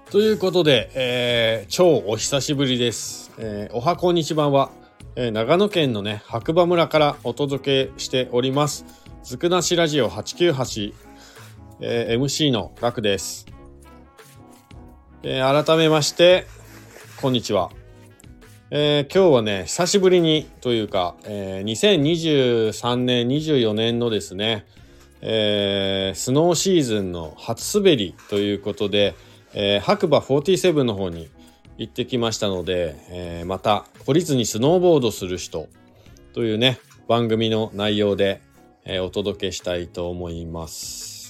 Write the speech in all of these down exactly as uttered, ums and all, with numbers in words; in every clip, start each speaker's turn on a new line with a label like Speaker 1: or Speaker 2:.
Speaker 1: ということで、えー、超お久しぶりです。えー、おはこんにちばんは、えー、長野県のね白馬村からお届けしておりますずくなしラジオはちきゅうはち、えー、エムシー のガクです。えー、改めましてこんにちは。えー、今日はね久しぶりにというか、えー、にせんにじゅうさんねんにじゅうよねんのですね、えー、スノーシーズンの初滑りということで、えー、白馬よんじゅうななの方に行ってきましたので、えー、また懲りずにスノーボードする人というね番組の内容で、えー、お届けしたいと思います。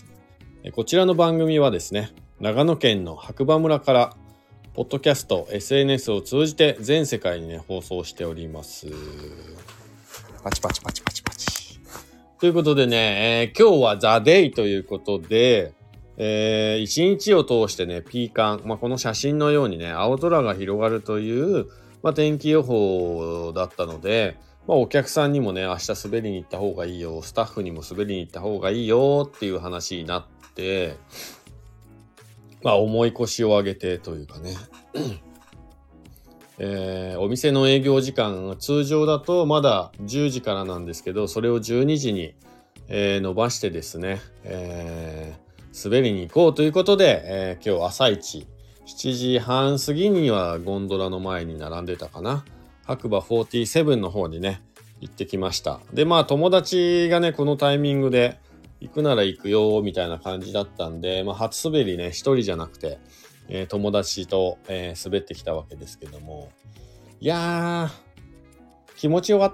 Speaker 1: えー、こちらの番組はですね長野県の白馬村からポッドキャスト エスエヌエス を通じて全世界にね放送しております。パチパチパチパチパチということでね、えー、今日はザ・デイということで、えー、一日を通してねピーカン、まあ、この写真のようにね青空が広がるという、まあ、天気予報だったので、まあ、お客さんにもね明日滑りに行った方がいいよ、スタッフにも滑りに行った方がいいよっていう話になって、まあ重い腰を上げてというかねえー、お店の営業時間通常だとまだじゅうじからなんですけど、それをじゅうにじに、えー、伸ばしてですね、えー、滑りに行こうということで、えー、今日朝一しちじはん過ぎにはゴンドラの前に並んでたかな、白馬よんじゅうななの方にね行ってきました。でまあ友達がねこのタイミングで行くなら行くよみたいな感じだったんで、まあ、初滑りね一人じゃなくて、えー、友達と、えー、滑ってきたわけですけども、いやー気持ちよかった。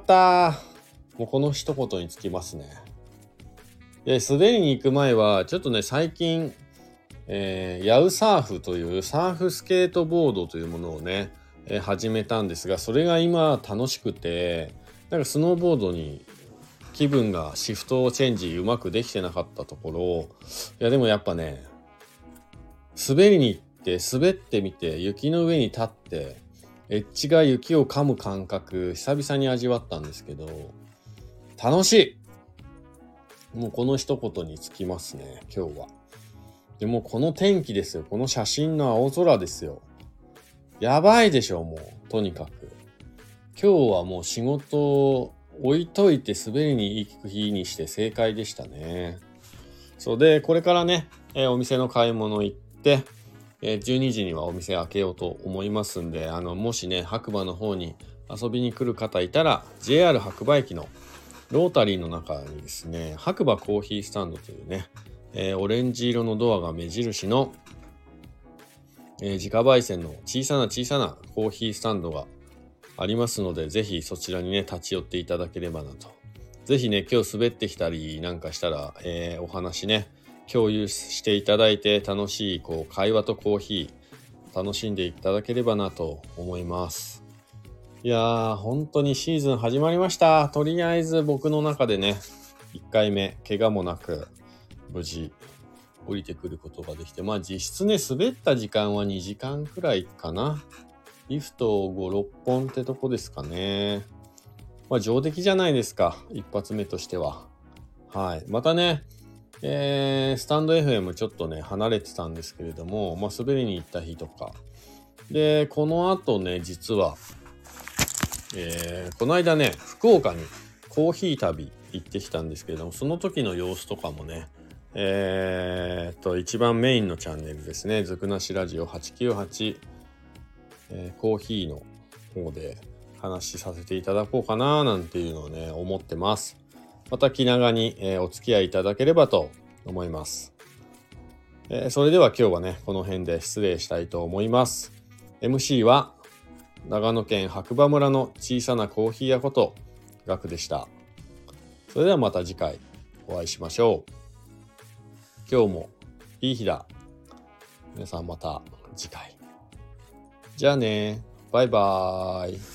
Speaker 1: もうこの一言につきますね。で滑りに行く前はちょっとね最近、えー、ヤウサーフというサーフスケートボードというものをね、えー、始めたんですが、それが今楽しくて、なんかスノーボードに気分がシフトチェンジうまくできてなかったところ、いやでもやっぱね滑りに行って滑ってみて雪の上に立ってエッジが雪を噛む感覚久々に味わったんですけど、楽しい。もうこの一言につきますね今日は。でもこの天気ですよ、この写真の青空ですよ、やばいでしょ。もうとにかく今日はもう仕事を置いといて滑りに行く日にして正解でしたね。そうでこれからね、えー、お店の買い物行って、えー、じゅうにじにはお店開けようと思いますんで、あのもしね白馬の方に遊びに来る方いたら ジェイアール 白馬駅のロータリーの中にですね白馬コーヒースタンドというね、えー、オレンジ色のドアが目印の、えー、自家焙煎の小さな小さなコーヒースタンドがありますので、ぜひそちらにね立ち寄っていただければなと。ぜひね今日滑ってきたりなんかしたら、えー、お話ね共有していただいて、楽しいこう会話とコーヒー楽しんでいただければなと思います。いやー本当にシーズン始まりました。とりあえず僕の中でねいっかいめ怪我もなく無事降りてくることができて、まあ実質ね滑った時間はにじかんくらいかな。リフトご、ろっぽんってとこですかね。まあ上出来じゃないですか、一発目としては。はい。またね、えー、スタンド エフエム ちょっとね、離れてたんですけれども、まあ滑りに行った日とか。で、この後ね、実は、えー、この間ね、福岡にコーヒー旅行ってきたんですけれども、その時の様子とかもね、えー、っと、一番メインのチャンネルですね、ずくなしラジオはちきゅうはち、えー、コーヒーの方で話しさせていただこうかななんていうのをね思ってます。また気長に、えー、お付き合いいただければと思います。えー、それでは今日はねこの辺で失礼したいと思います。 エムシー は長野県白馬村の小さなコーヒー屋ことガクでした。それではまた次回お会いしましょう。今日もいい日だ。皆さんまた次回。じゃあね。バイバーイ。